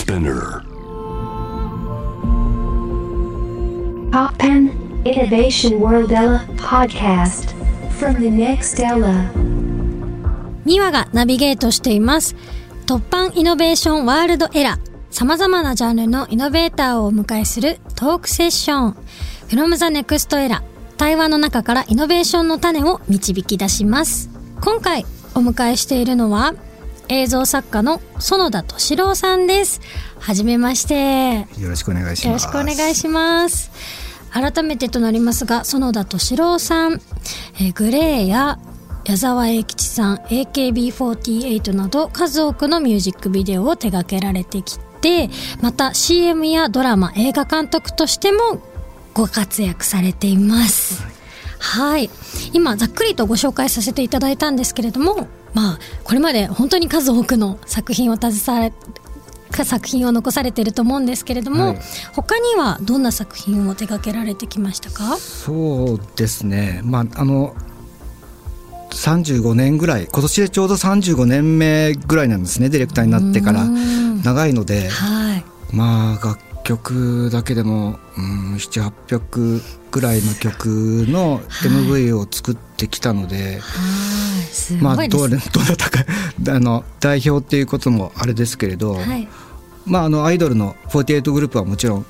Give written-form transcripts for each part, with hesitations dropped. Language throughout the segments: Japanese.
Spinner Poppen Innovation World Ella Podcast from the next Ella。 ミワがナビゲートしています突破イノベーションワールドエラ。様々なジャンルのイノベーターをお迎えするトークセッション From the Next Era。 対話の中からイノベーションの種を導き出します。今回お迎えしているのは映像作家の園田俊郎さんです。はじめまして。 よろしくお願いします。 よろしくお願いします。改めてとなりますが、園田俊郎さん、グレーや矢沢永吉さん、AKB48 など数多くのミュージックビデオを手掛けられてきて、また CM やドラマ、映画監督としてもご活躍されています。はい、今ざっくりとご紹介させていただいたんですけれども、これまで本当に数多くの作品を残されていると思うんですけれども、他にはどんな作品を手掛けられてきましたか？ そうですね、35年ぐらい、今年でちょうど35年目ぐらいなんですね、ディレクターになってから。長いので、楽曲だけでも7、800ぐらいの曲の MV を作ってきたので、 すごいですね。 どなたか代表っていうこともあれですけれど、アイドルの48グループはもちろん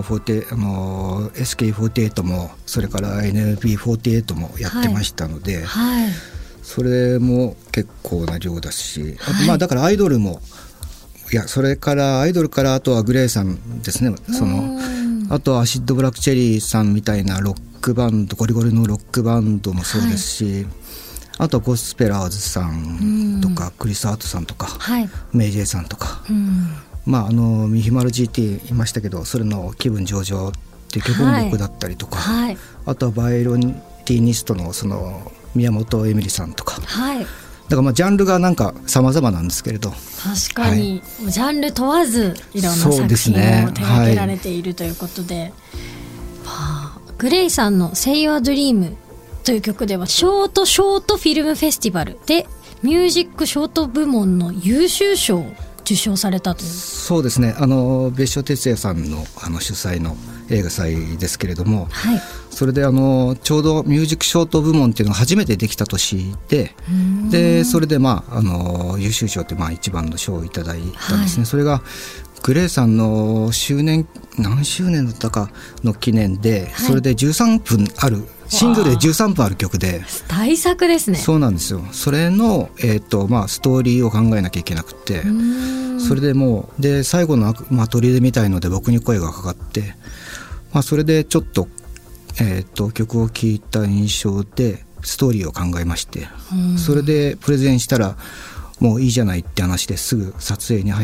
SK48 もそれから NMB48 もやってましたので、それも結構な量だし、あとだからアイドルも、それからアイドルからあとはグレーさんですね。あとはアシッドブラックチェリーさんみたいなロックバンド、ゴリゴリのロックバンドもそうですし、あとはゴスペラーズさんとか、クリス・アートさんとか、メイジェイさんとか、ミヒマル GT いましたけど、それの気分上々っていう曲も僕だったりとか、あとはバイオリニストのその宮本エミリさんとか、だからジャンルがなんか様々なんですけれど、 確かに、ジャンル問わずいろんな作品を手掛けられているということで、グレイさんの Say Your Dream という曲ではショートフィルムフェスティバルでミュージックショート部門の優秀賞を受賞されたという。 そうですね、別所哲也さんの主催の映画祭ですけれども、それでちょうどミュージックショート部門っていうのが初めてできた年で、それで優秀賞って一番の賞をいただいたんですね。それがグレーさんの何周年だったかの記念で、それで13分あるシングルで13分ある曲で大作ですね。 そうなんですよ。それの、ストーリーを考えなきゃいけなくて、それでで最後の砦みたいので僕に声がかかって、それでちょっと、曲を聴いた印象でストーリーを考えまして、それでプレゼンしたらもういいじゃないって話ですぐ撮影に入って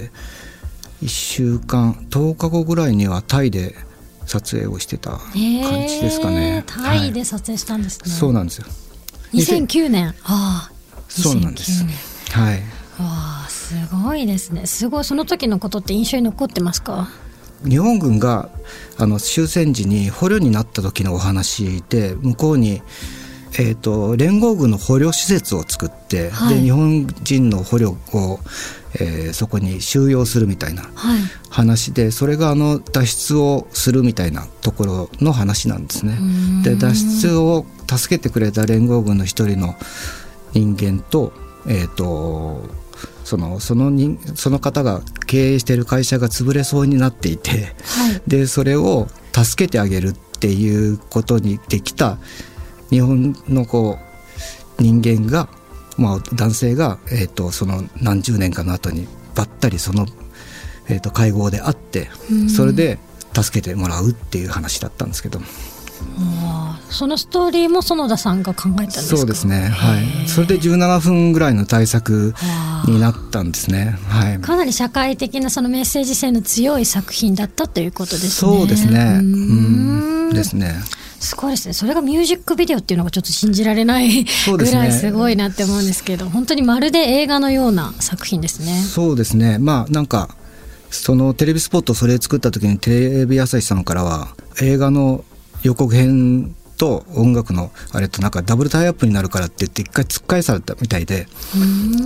、1週間10日後ぐらいにはタイで撮影をしてた感じですかね。 タイで撮影したんですね。 そうなんですよ。 2009年。 そうなんです。 すごいですね。すごい。その時のことって印象に残ってますか？ 日本軍が終戦時に捕虜になった時のお話で、向こうに、連合軍の捕虜施設を作って、で日本人の捕虜を、そこに収容するみたいな話で、それが脱出をするみたいなところの話なんですね。で脱出を助けてくれた連合軍の一人の人間と、その方が経営している会社が潰れそうになっていて、でそれを助けてあげるっていうことにできた日本の人間が、男性が、その何十年かの後にばったりその、会合で会って、それで助けてもらうっていう話だったんですけど、 そのストーリーも園田さんが考えたんですか？ そうですね、それで17分ぐらいの大作になったんですね。 かなり社会的なそのメッセージ性の強い作品だったということですね。 そうですね。ですね。 すごいですね。それがミュージックビデオっていうのがちょっと信じられないぐらいすごいなって思うんですけど、本当にまるで映画のような作品ですね。 そうですね。なんかそのテレビスポットそれ作った時にテレビ朝日さんからは映画の予告編と音楽のあれとなんかダブルタイアップになるからって言って一回突っ返されたみたいで、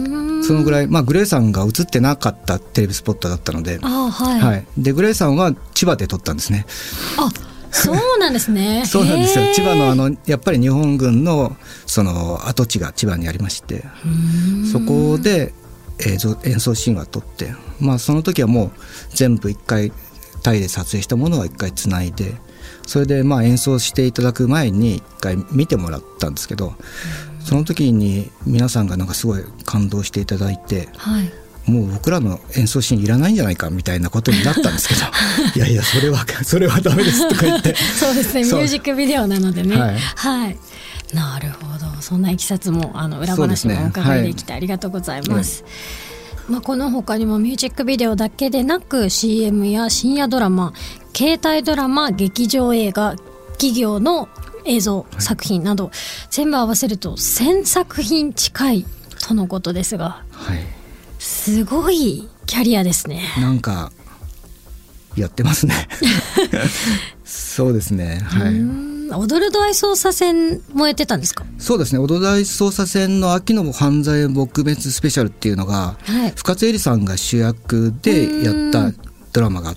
そのぐらい、グレーさんが映ってなかったテレビスポットだったので、でグレーさんは千葉で撮ったんですね。 そうなんですね。 そうなんですよ。千葉のやっぱり日本軍のその跡地が千葉にありまして、そこで演奏シーンは撮って、その時はもう全部一回タイで撮影したものは一回つないで、それで演奏していただく前に一回見てもらったんですけど、その時に皆さんがなんかすごい感動していただいて、もう僕らの演奏シーンいらないんじゃないかみたいなことになったんですけどいやそれはダメですとか言ってそうですね、ミュージックビデオなのでね。なるほど。そんないきさつも裏話もお伺いできてありがとうございます。この他にもミュージックビデオだけでなく CM や深夜ドラマ、携帯ドラマ、劇場映画、企業の映像作品など、全部合わせると1000作品近いとのことですが、すごいキャリアですね。なんかやってますねそうですね。 踊る大捜査線もやってたんですか？ そうですね。踊る大捜査線の秋の犯罪撲滅スペシャルっていうのが、深津絵里さんが主役でやったドラマがあって、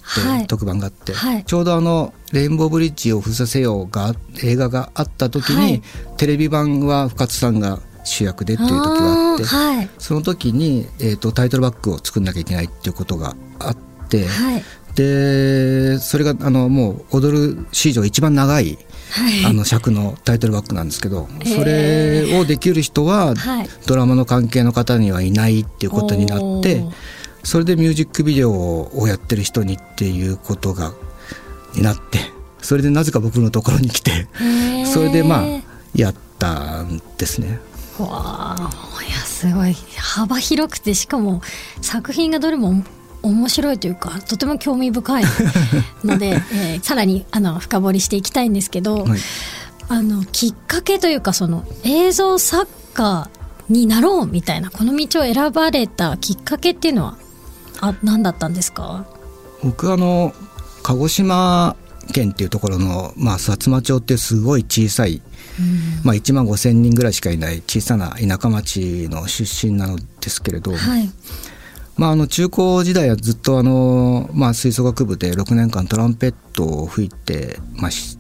特番があって、ちょうどレインボーブリッジを封鎖せよが映画があった時に、テレビ版は深津さんが主役でっていう時があって、その時に、タイトルバックを作んなきゃいけないっていうことがあって、でそれがもう踊る史上一番長い尺のタイトルバックなんですけど、それをできる人はドラマの関係の方にはいないっていうことになって、それでミュージックビデオをやってる人にっていうことがになって、それでなぜか僕のところに来て、それでやったんですね。 わあ、いやすごい幅広くて、しかも作品がどれも面白いというかとても興味深いので、さらに深掘りしていきたいんですけど、きっかけというか、その映像作家になろうみたいなこの道を選ばれたきっかけっていうのは何だったんですか？ 僕鹿児島県っていうところの、薩摩町っていうすごい小さい、1万5,000人ぐらいしかいない小さな田舎町の出身なのですけれど、中高時代はずっと吹奏楽部で6年間トランペットを吹いてまして、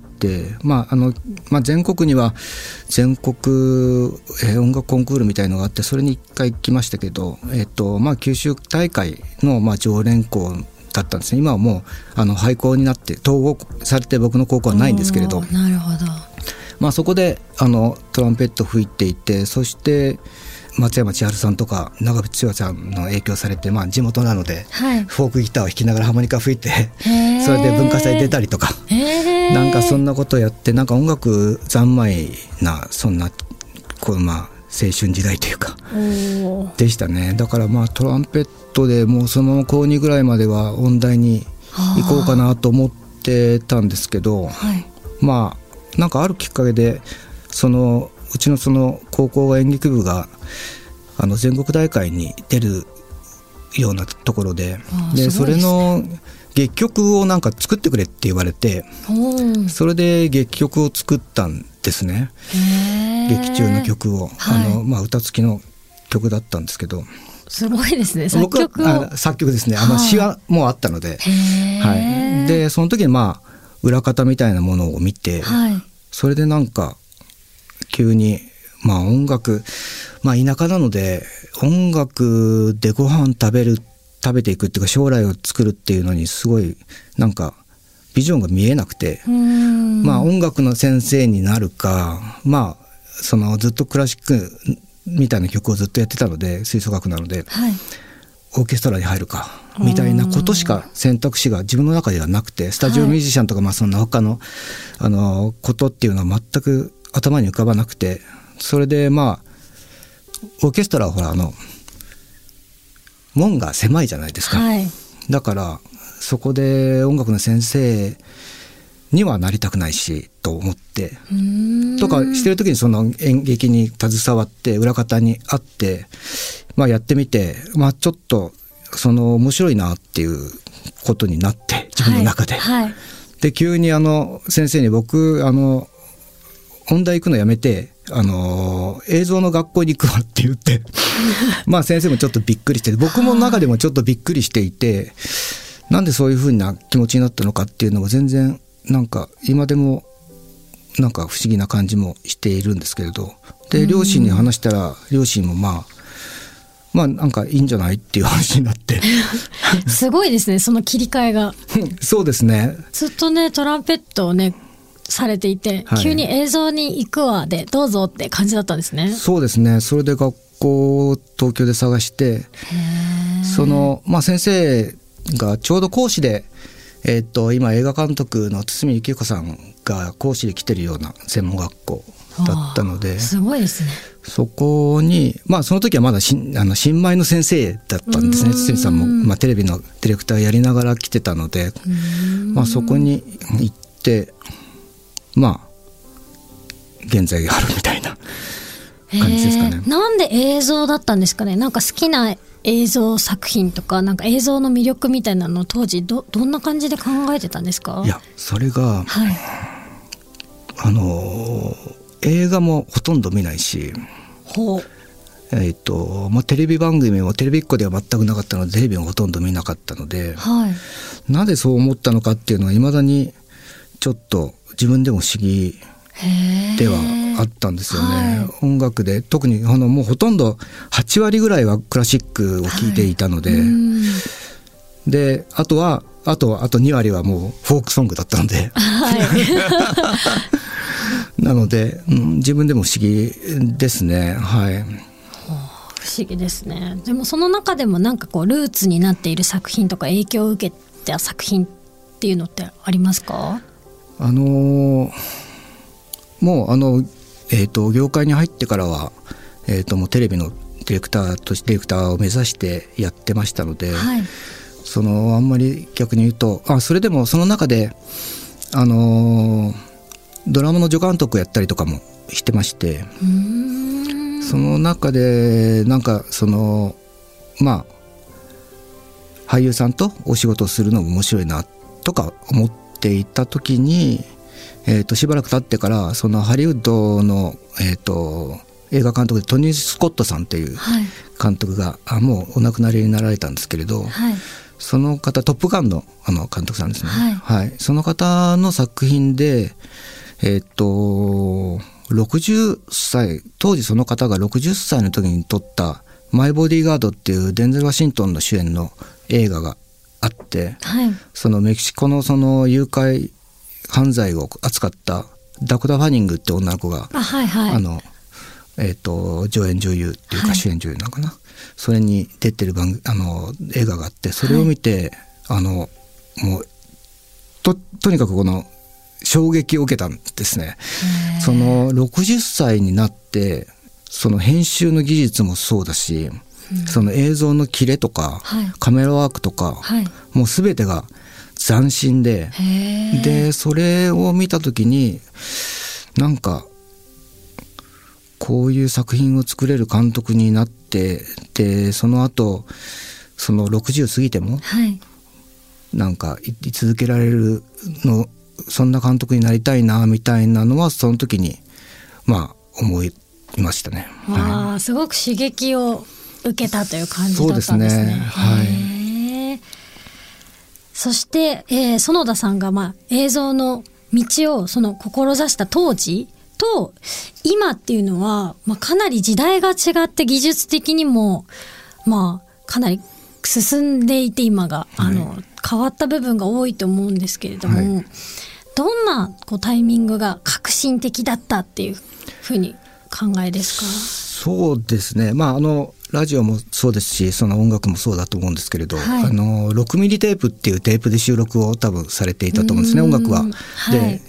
全国には全国、音楽コンクールみたいのがあって、それに1回行きましたけど、九州大会の常連校だったんですね。今はもう廃校になって統合されて、僕の高校はないんですけれど、 なるほど。 そこでトランペット吹いていて、そして松山千春さんとか長渕剛さんの影響されて、地元なので、フォークギターを弾きながらハーモニカ吹いて、それで文化祭出たりとか、なんかそんなことをやって、なんか音楽三昧な、そんな青春時代というかでしたね。だからトランペットでもうその高2ぐらいまでは音大に行こうかなと思ってたんですけど、なんかあるきっかけでうちのその高校演劇部が全国大会に出るようなところで、それの劇曲をなんか作ってくれって言われて、それで劇曲を作ったんですね。劇中の曲を、歌付きの曲だったんですけど、 すごいですね。作曲を作曲ですね。詩はもうあったので、でその時に裏方みたいなものを見て、それでなんか急に音楽、田舎なので音楽でご飯食べていくっていうか、将来を作るっていうのにすごいなんかビジョンが見えなくて、音楽の先生になるか、ずっとクラシックみたいな曲をずっとやってたので、吹奏楽なので、オーケストラに入るかみたいなことしか選択肢が自分の中ではなくて、スタジオミュージシャンとかそんな他のことっていうのは全く頭に浮かばなくて、それでオーケストラはほら門が狭いじゃないですか、だからそこで音楽の先生にはなりたくないしと思ってとかしてる時に、その演劇に携わって裏方に会って、やってみて、ちょっと面白いなっていうことになって、自分の中で、で急に先生に僕音大行くのやめて、映像の学校に行くわって言ってまあ先生もちょっとびっくりして、僕も中でもちょっとびっくりしていて、なんでそういう風な気持ちになったのかっていうのも全然なんか今でもなんか不思議な感じもしているんですけれど、で両親に話したら両親もまあなんかいいんじゃないっていう話になってすごいですね、その切り替えがそうですね、 ずっとねトランペットをねされていて、 はい、 急に映像に行くわでどうぞって感じだったんですね。 そうですね、それで学校を東京で探して、先生がちょうど講師で、今映画監督の堤幸彦さんが講師で来てるような専門学校だったので、 すごいですね。 そこにその時はまだ新米の先生だったんですね。堤さんも、テレビのディレクターやりながら来てたので、そこに行って現在あるみたいな感じですかね。 なんで映像だったんですかね。なんか好きな映像作品とか、なんか映像の魅力みたいなのを当時どんな感じで考えてたんですか？ いや、それが、 はい、 映画もほとんど見ないし、 ほう、 テレビ番組もテレビっ子では全くなかったので、テレビもほとんど見なかったので、 はい、 なぜそう思ったのかっていうのは未だにちょっと自分でも不思議ではあったんですよね。はい、音楽で特にもうほとんど8割ぐらいはクラシックを聴いていたので、はい、であと2割はもうフォークソングだったので、はい、なので、自分でも不思議ですね。はい、 不思議ですね。でもその中でもなんかこうルーツになっている作品とか影響を受けた作品っていうのってありますか？ もう業界に入ってからは、もうテレビのディレクターを目指してやってましたので、はい、あんまり逆に言うとそれでもその中で、ドラマの助監督をやったりとかもしてまして、その中でなんか俳優さんとお仕事をするのも面白いなとか思っていた時に、しばらく経ってからハリウッドの、映画監督でトニー・スコットさんという監督が、もうお亡くなりになられたんですけれど、はい、その方トップガンの、監督さんですね、はいはい、その方の作品で、60歳当時その方が60歳の時に撮ったマイボディーガードっていうデンゼル・ワシントンの主演の映画があって、はい、メキシコの誘拐犯罪を扱ったダコタ・ファニングって女の子が、はいはい、助演女優っていうか主演女優なのかな、はい、それに出てる映画があって、それを見て、はい、もう とにかく衝撃を受けたんですね。60歳になって編集の技術もそうだし、映像のキレとか、はい、カメラワークとか、はい、もう全てが斬新で、それを見た時になんかこういう作品を作れる監督になって、でその後60過ぎても、はい、なんか居続けられるの、そんな監督になりたいなみたいなのはその時に思いましたね。 はい、すごく刺激を受けたという感じだったんですね。そうですね。はい。そして、園田さんが映像の道を志した当時と今っていうのは、かなり時代が違って技術的にもかなり進んでいて、今が変わった部分が多いと思うんですけれども、はい、どんなタイミングが革新的だったっていうふうに考えですか？ そうですね、ラジオもそうですし音楽もそうだと思うんですけれど、はい、6ミリテープっていうテープで収録を多分されていたと思うんですね、音楽は。で、はい、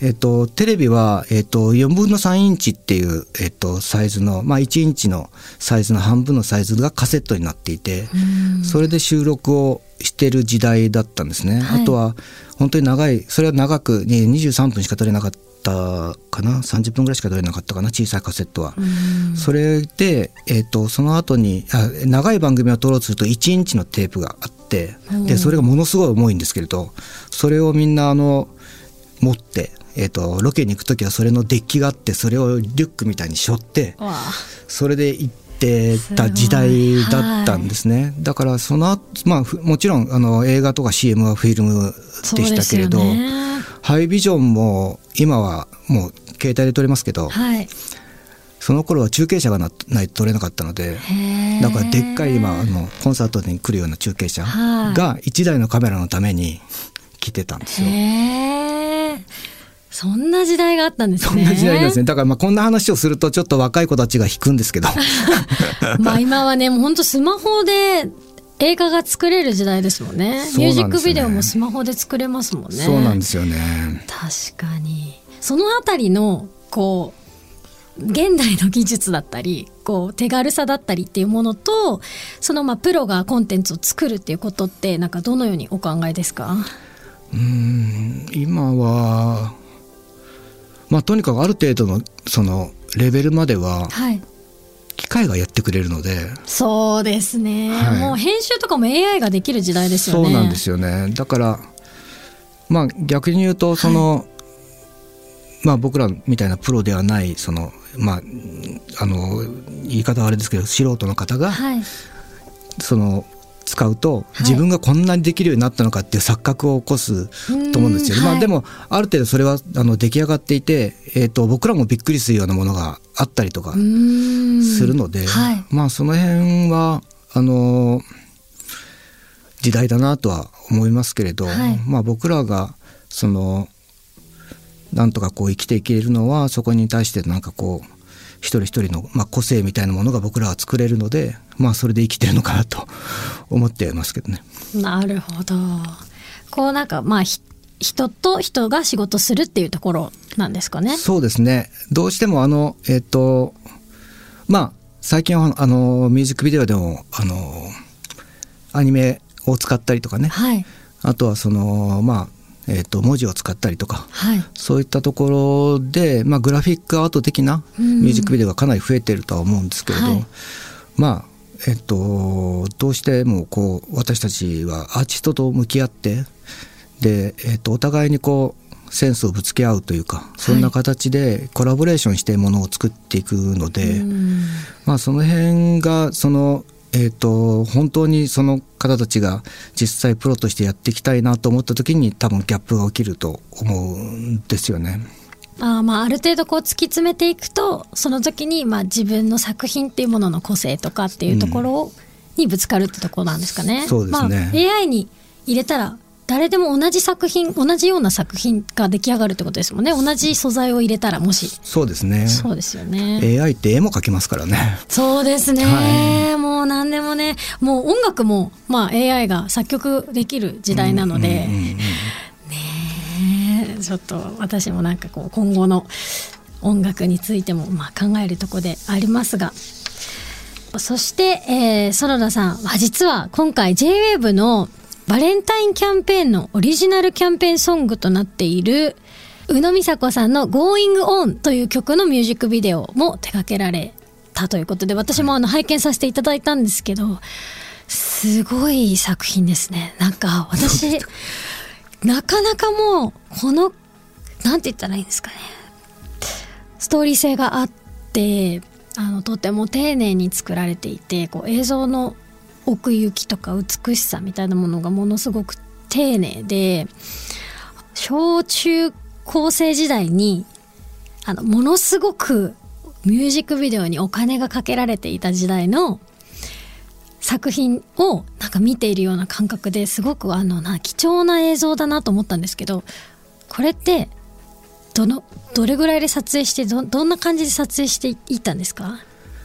テレビは、4分の3インチっていう、サイズの、1インチのサイズの半分のサイズがカセットになっていて、それで収録をしてる時代だったんですね。はい、あとは本当にそれは長く23分しか撮れなかったかな、30分ぐらいしか撮れなかったかな、小さいカセットは。それで、その後に長い番組を撮ろうとすると1インチのテープがあって、でそれがものすごい重いんですけれど、それをみんな持って、 ロケに行く時はそれのデッキがあって、それをリュックみたいに背負ってそれで行ってた時代だったんですね。はい、だからその後、もちろん映画とか CM はフィルムでしたけれど、ハイビジョンも今はもう携帯で撮れますけど、はい、その頃は中継車がないと撮れなかったので、だからでっかい今コンサートに来るような中継車が1台のカメラのために来てたんですよ。 そんな時代があったんですね。 そんな時代なんですね。だからこんな話をするとちょっと若い子たちが引くんですけど今はね、もう本当スマホで映画が作れる時代ですもんね。ミュージックビデオもスマホで作れますもんね。 そうなんですよね。 確かにそのあたりの現代の技術だったり手軽さだったりっていうものと、そのプロがコンテンツを作るっていうことって、なんかどのようにお考えですか？ 今はとにかくある程度のそのレベルまでは機械がやってくれるので、 そうですね、はい、もう編集とかも AI ができる時代ですよね。 そうなんですよね。だから逆に言うとその、僕らみたいなプロではないその言い方はあれですけど、素人の方が、その使うと自分がこんなにできるようになったのかっていう錯覚を起こすと思うんですよ。でもある程度それは出来上がっていて、僕らもびっくりするようなものがあったりとかするので、その辺は時代だなとは思いますけれど、僕らがそのなんとか生きていけるのは、そこに対してなんか一人一人の個性みたいなものが僕らは作れるので、それで生きてるのかなと思っていますけどね。なるほど。 なんか人と人が仕事するっていうところなんですかね。 そうですね。どうしても最近はミュージックビデオでもアニメを使ったりとかね、あとはその文字を使ったりとか、そういったところで、グラフィックアート的なミュージックビデオがかなり増えているとは思うんですけれど、どうしても私たちはアーティストと向き合ってで、お互いにセンスをぶつけ合うというか、そんな形でコラボレーションしてものを作っていくので、その辺がその本当にその方たちが実際プロとしてやっていきたいなと思った時に多分ギャップが起きると思うんですよね。 ある程度突き詰めていくと、その時に自分の作品っていうものの個性とかっていうところにぶつかるってところなんですかね。 そうですね。 AI に入れたら誰でも同じような作品が出来上がるってことですもんね。同じ素材を入れたら、もし。 そうですね。 そうですよね。 AI って絵も描けますからね。 そうですね、もう何でもね、もう音楽もAI が作曲できる時代なので、ちょっと私もなんか今後の音楽についても考えるところでありますが、そして、園田さんは実は今回 J-WAVE のバレンタインキャンペーンのオリジナルキャンペーンソングとなっている宇野美沙子さんの Going On という曲のミュージックビデオも手掛けられたということで、私も拝見させていただいたんですけど、すごい作品ですね。なんか私なかなかもうなんて言ったらいいんですかね、ストーリー性があってとても丁寧に作られていて、映像の奥行きとか美しさみたいなものがものすごく丁寧で、小中高生時代にものすごくミュージックビデオにお金がかけられていた時代の作品をなんか見ているような感覚で、すごく貴重な映像だなと思ったんですけど、これってどれぐらいで撮影して、どんな感じで撮影していったんですか？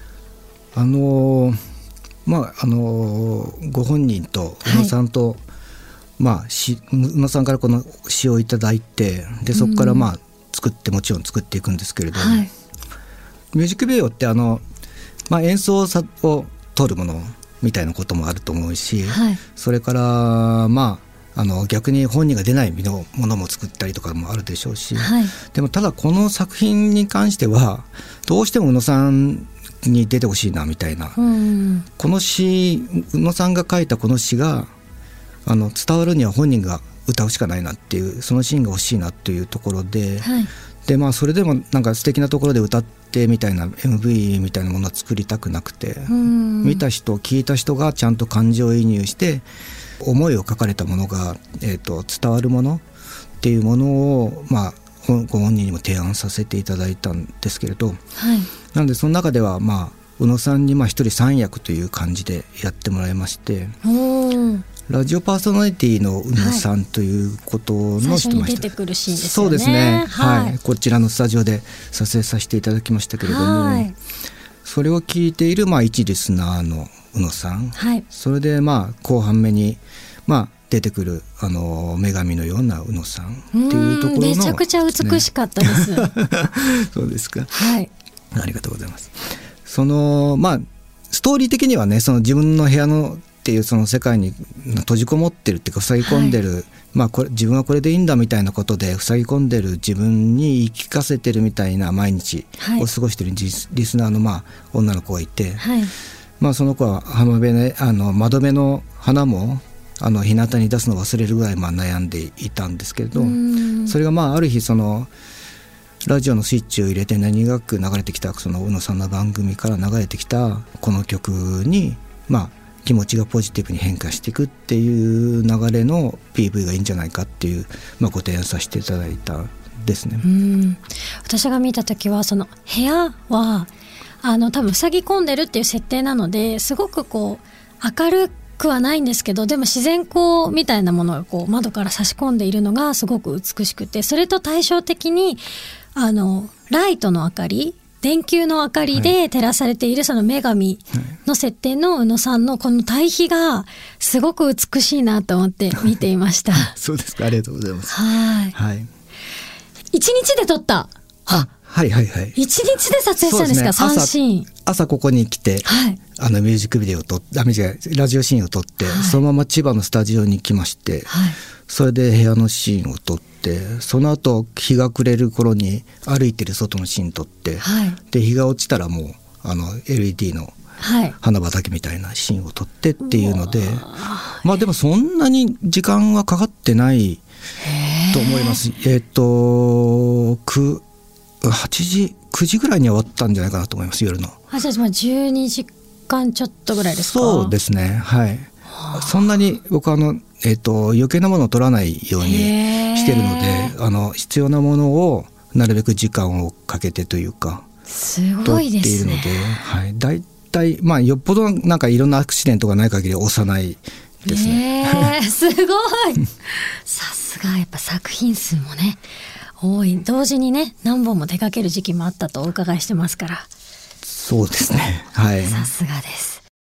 ご本人と宇野さんと、宇野さんからこの詩をいただいて、でそこからもちろん作っていくんですけれど、ミュージックビデオって演奏を撮るものみたいなこともあると思うし、それから逆に本人が出ないものも作ったりとかもあるでしょうし、でもただこの作品に関してはどうしても宇野さんに出てほしいなみたいな、この詩、宇野さんが書いたこの詩が伝わるには本人が歌うしかないなっていうそのシーンが欲しいなというところで、 はい、 でそれでもなんか素敵なところで歌ってみたいな MV みたいなものは作りたくなくて、見た人聞いた人がちゃんと感情移入して思いを書かれたものが、伝わるものっていうものを、ご本人にも提案させていただいたんですけれど、 はい、 なのでその中では宇野さんに一人三役という感じでやってもらいまして、ラジオパーソナリティの宇野さんということの人、 最初に出てくるシーンですよね。 そうですね、 はいはい、こちらのスタジオで撮影させていただきましたけれども、 はい、 それを聞いている一リスナーの宇野さん、 はい、 それで後半目に出てくる女神のような宇野さんっていうところの、 めちゃくちゃ美しかったですそうですか、 はい、 ありがとうございます。ストーリー的にはね、その自分の部屋のっていうその世界に閉じこもってるっていうか塞ぎ込んでる、はい、自分はこれでいいんだみたいなことで塞ぎ込んでる自分に言い聞かせてるみたいな毎日を過ごしてるリスナーの女の子がいて、はい、その子は窓辺の花も日向に出すのを忘れるぐらい悩んでいたんですけれど、それがある日そのラジオのスイッチを入れて何気なく流れてきたその宇野さんの番組から流れてきたこの曲に気持ちがポジティブに変化していくっていう流れの PV がいいんじゃないかっていう、ご提案させていただいたですね。 私が見た時はその部屋は多分塞ぎ込んでるっていう設定なのですごく明るくはないんですけど、でも自然光みたいなものが窓から差し込んでいるのがすごく美しくて、それと対照的にライトの明かり、電球の明かりで照らされているその女神の設定の宇野さんのこの対比がすごく美しいなと思って見ていましたそうですか、ありがとうございます。 はい、はい、一日で撮った、 はいはいはい、 一日で撮影したんですか。3シーン朝ここに来て、はい、ミュージックビデオを撮ってラジオシーンを撮って、はい、そのまま千葉のスタジオに来まして、はい、それで部屋のシーンを撮って、その後日が暮れる頃に歩いてる外のシーン撮って、はい、で日が落ちたらもうLED の花畑みたいなシーンを撮ってっていうので、でもそんなに時間はかかってないと思います。9時ぐらいには終わったんじゃないかなと思います、夜の。 じゃあ12時間ちょっとぐらいですか。 そうですね、はい。そんなに僕は余計なものを取らないようにしてるので、必要なものをなるべく時間をかけてというかすごいですね。 取っているので、はい、だいたいよっぽどなんかいろんなアクシデントがない限り押さないですね。 すごいさすがやっぱ作品数もね多い、同時にね何本も出かける時期もあったとお伺いしてますから。 そうですね、はい、 さすがです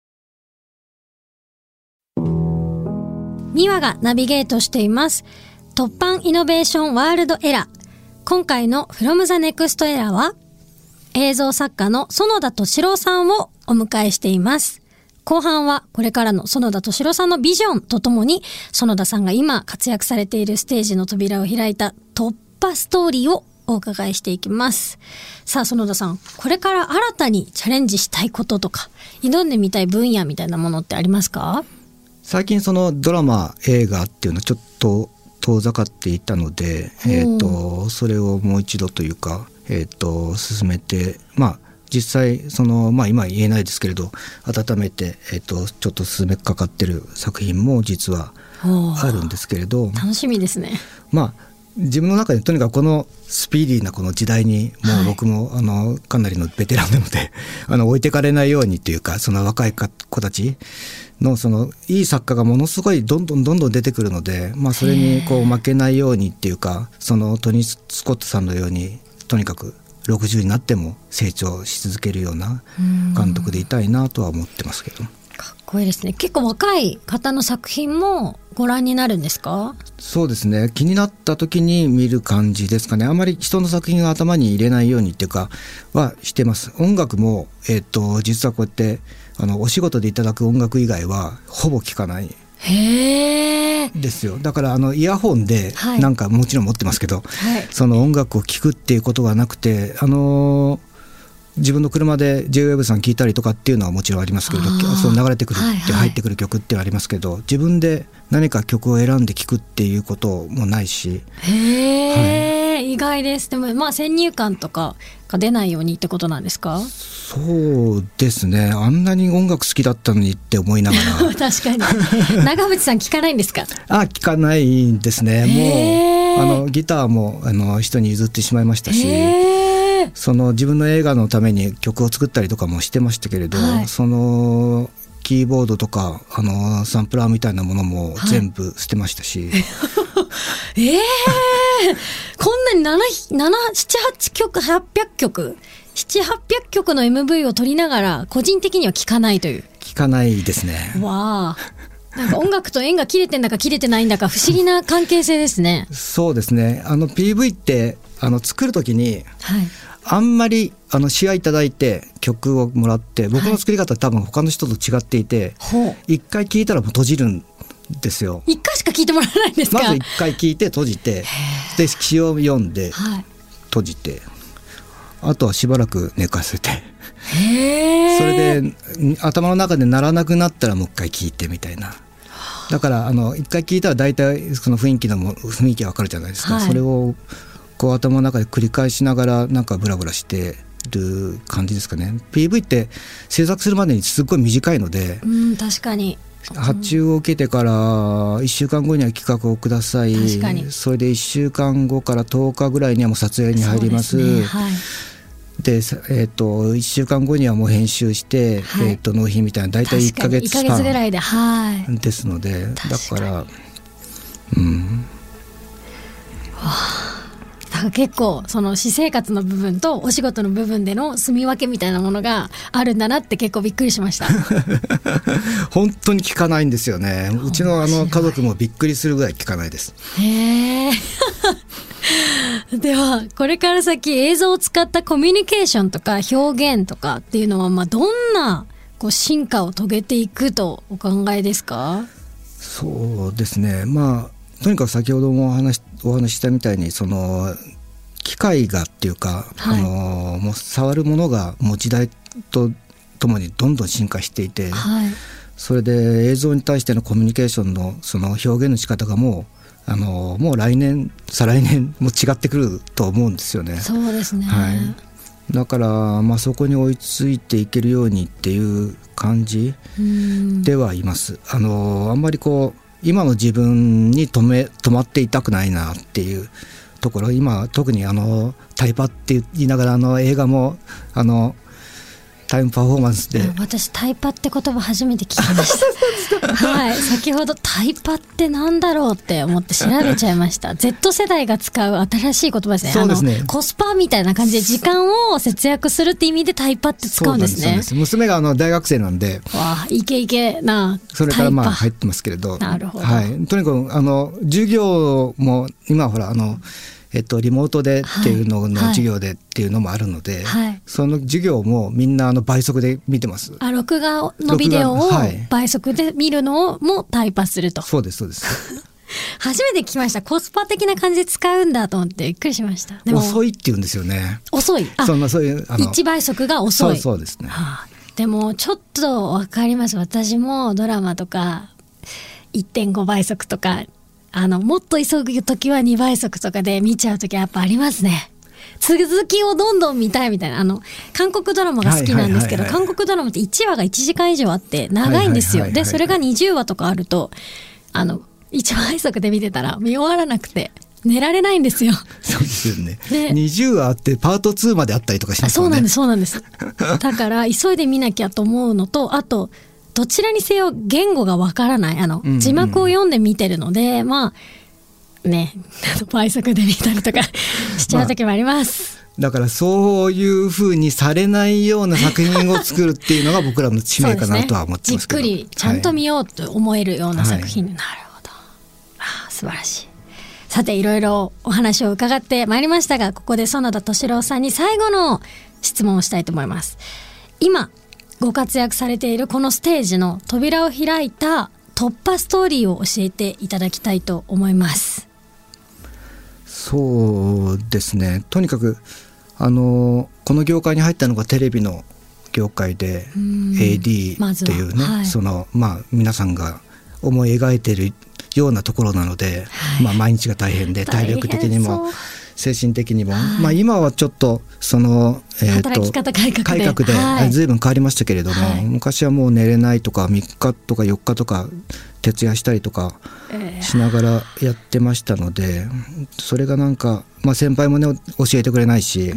。2話がナビゲートしています突版イノベーションワールドエラー。今回の From the Next Era は映像作家の園田敏郎さんをお迎えしています。後半はこれからの園田敏郎さんのビジョンとともに園田さんが今活躍されているステージの扉を開いた突破ストーリーをお伺いしていきます。さあ園田さん、これから新たにチャレンジしたいこととか挑んでみたい分野みたいなものってありますか？ 最近そのドラマ映画っていうのはちょっと遠ざかっていたので、それをもう一度というか、進めて、実際その、今言えないですけれど改めて、ちょっと進めかかってる作品も実はあるんですけれど、 楽しみですね。 自分の中でとにかくこのスピーディーなこの時代にもう僕も、かなりのベテランなので置いてかれないようにというか、その若い子たちのそのいい作家がものすごいどんどん出てくるので、それにこう負けないようにっていうか、そのトニー・スコットさんのようにとにかく60になっても成長し続けるような監督でいたいなとは思ってますけど。 かっこいいですね。結構若い方の作品もご覧になるんですか？ そうですね、気になった時に見る感じですかね。あまり人の作品を頭に入れないようにっていうかはしてます。音楽も、実はこうやってお仕事でいただく音楽以外はほぼ聴かないですよ。だからイヤホンでなんかもちろん持ってますけど、その音楽を聴くっていうことがなくて、 自分の車で J-WAVE さん聞いたりとかっていうのはもちろんありますけど、その流れてくるって入ってくる曲ってありますけど、自分で何か曲を選んで聴くっていうこともないし。 へー、意外です。でも先入観とかが出ないようにってことなんですか？ そうですね、あんなに音楽好きだったのにって思いながら確かに長渕さん聞かないんですか？ 聞かないんですね。もうギターも人に譲ってしまいましたし、その自分の映画のために曲を作ったりとかもしてましたけれど、そのキーボードとかサンプラーみたいなものも全部捨てましたし、 こんなに7,8曲800曲7,800曲の MV を撮りながら個人的には聴かないという。 聴かないですね。 わあ、なんか音楽と縁が切れてんだか切れてないんだか不思議な関係性ですね。 そうですね。PV って作る時に、あんまり試合いただいて曲をもらって、僕の作り方は多分他の人と違っていて、一回聴いたらもう閉じるんですよ。 一回しか聴いてもらえないんですか？ まず一回聴いて閉じて、で詩を読んで、閉じて、あとはしばらく寝かせて、それで頭の中で鳴らなくなったらもう一回聴いてみたいな。だから一回聴いたら大体その雰囲気がわかるじゃないですか。それをこう頭の中で繰り返しながらなんかブラブラしてる感じですかね。 PV って制作するまでにすっごい短いので、 確かに発注を受けてから1週間後には企画をください。それで1週間後から10日ぐらいにはもう撮影に入ります。で、1週間後にはもう編集して、納品みたいな大体1ヶ月スパンぐらいで、 ですので、だから結構その私生活の部分とお仕事の部分での住み分けみたいなものがあるんだなって結構びっくりしました本当に聞かないんですよね。うちの家族もびっくりするぐらい聞かないです。 ではこれから先映像を使ったコミュニケーションとか表現とかっていうのはどんな進化を遂げていくとお考えですか？ そうですね、とにかく先ほどもお話ししたみたいに、その機械がっていうか、もう触るものがもう時代とともにどんどん進化していて、それで映像に対してのコミュニケーションのその表現の仕方がもう来年再来年も違ってくると思うんですよね。 そうですね、 だからそこに追いついていけるようにっていう感じではいます。あんまり今の自分に止まっていたくないなっていうところ、今特にタイパって言いながら映画もタイムパフォーマンスで、 私タイパって言葉初めて聞きました先ほどタイパってなんだろうって思って調べちゃいました。Z 世代が使う新しい言葉ですね。 そうですね、 コスパみたいな感じで時間を節約するって意味でタイパって使うんですね。そうです。 娘が大学生なんで、 イケイケなそれから入ってますけれど、 なるほど、 とにかく授業も今ほらリモートでっていうのの授業でっていうのもあるので、その授業もみんな倍速で見てます。 録画のビデオを倍速で見るのをもタイパすると。 そうです初めて聞きました。コスパ的な感じで使うんだと思ってびっくりしました。でも遅いって言うんですよね。 遅い、そういう1倍速が遅い。 そうですね、 でもちょっと分かります。私もドラマとか 1.5 倍速とかもっと急ぐときは2倍速とかで見ちゃうときはやっぱありますね。続きをどんどん見たいみたいな。韓国ドラマが好きなんですけど、韓国ドラマって1話が1時間以上あって長いんですよ。でそれが20話とかあると1倍速で見てたら見終わらなくて寝られないんですよ。 そうですよね。20話あってパート2まであったりとかしますよね。 そうなんですだから急いで見なきゃと思うのと、あとどちらにせよ言語がわからない、字幕を読んで見てるので、倍速で見たりとかしちゃう時もあります、 だからそういう風にされないような作品を作るっていうのが僕らの使命かなとは思ってますけど、 じっくりちゃんと見ようと思えるような作品、なるほど、素晴らしい。さていろいろお話を伺ってまいりましたが、ここで園田俊郎さんに最後の質問をしたいと思います。今ご活躍されているこのステージの扉を開いた突破ストーリーを教えていただきたいと思います。そうですね、とにかくここの業界に入ったのがテレビの業界で AD っていうね、はい、皆さんが思い描いているようなところなので、はい、毎日が大変で体力的にも精神的にも、はい、今はちょっとその、 働き方改革で、 はい、随分変わりましたけれども、はい、昔はもう寝れないとか3日とか4日とか徹夜したりとかしながらやってましたので、それがなんか、先輩もね教えてくれないし、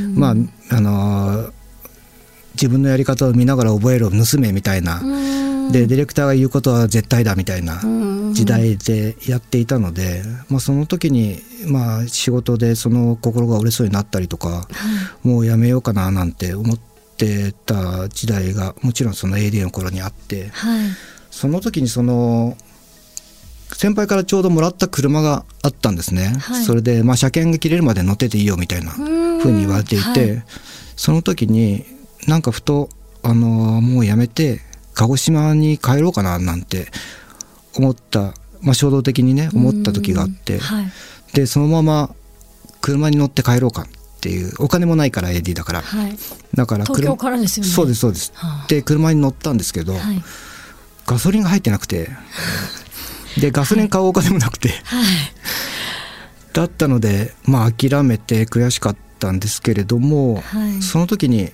自分のやり方を見ながら覚えろ盗めみたいなでディレクターが言うことは絶対だみたいな時代でやっていたので、その時に仕事でその心が折れそうになったりとか、もうやめようかななんて思ってた時代がもちろんその AD の頃にあって、その時にその先輩からちょうどもらった車があったんですね、それで車検が切れるまで乗ってていいよみたいな風に言われていて、その時になんかふともうやめて鹿児島に帰ろうかななんて思った、衝動的にね思った時があって、でそのまま車に乗って帰ろうかっていう、お金もないから AD だから、だから東京からですよね。 そうですそうです、で車に乗ったんですけど、ガソリンが入ってなくてでガソリン買うお金もなくて、だったので諦めて悔しかったんですけれども、その時に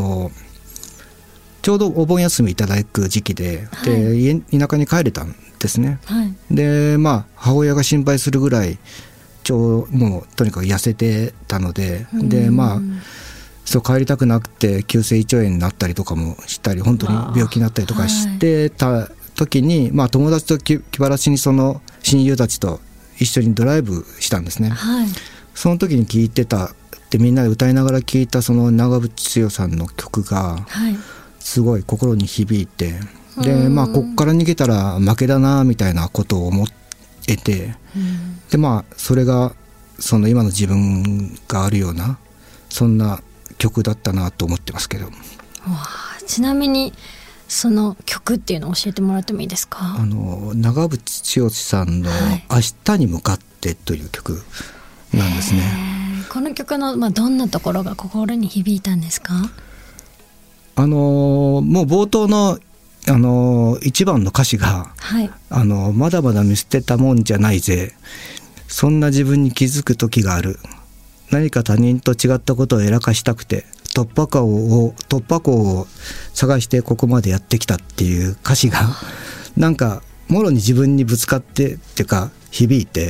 ちょうどお盆休みいただく時期で、田舎に帰れたんですね、で母親が心配するぐらいもうとにかく痩せてたので、でそう帰りたくなくて急性胃腸炎になったりとかもしたり、本当に病気になったりとかしてた時に、友達と気晴らしにその親友たちと一緒にドライブしたんですね、その時に聴いてたでみんなで歌いながら聴いたその長渕剛さんの曲がすごい心に響いて、でこっから逃げたら負けだなみたいなことを思ってて、でそれがその今の自分があるようなそんな曲だったなと思ってますけど。 ちなみにその曲っていうのを教えてもらってもいいですか？ 長渕剛さんの明日に向かってという曲なんですね。 この曲の、どんなところが心に響いたんですか？ もう冒頭の一番の歌詞が、まだまだ見捨てたもんじゃないぜ、そんな自分に気づく時がある、何か他人と違ったことをやらかしたくて突破口を探してここまでやってきたっていう歌詞がなんかもろに自分にぶつかってっていうか響いて、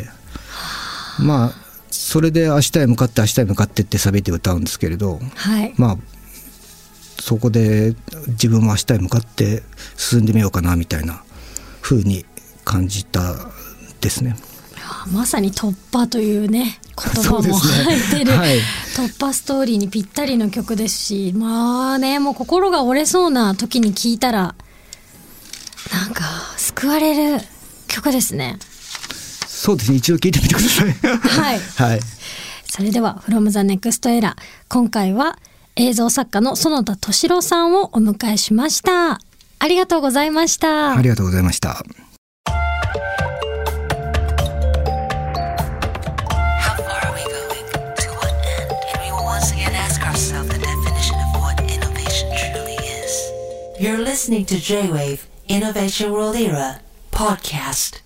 それで明日へ向かって明日へ向かってってサビで歌うんですけれど、そこで自分も明日へ向かって進んでみようかなみたいな風に感じたですね。 まさに突破というね言葉も入ってる、突破ストーリーにぴったりの曲ですし、もう心が折れそうな時に聴いたらなんか救われる曲ですね。 そうですね、一度聴いてみてください。 それでは From the Next Era、 今回は映像作家の園田俊郎さんをお迎えしました。ありがとうございました。 ありがとうございました。 You're listening to J-Wave Innovation World Era podcast.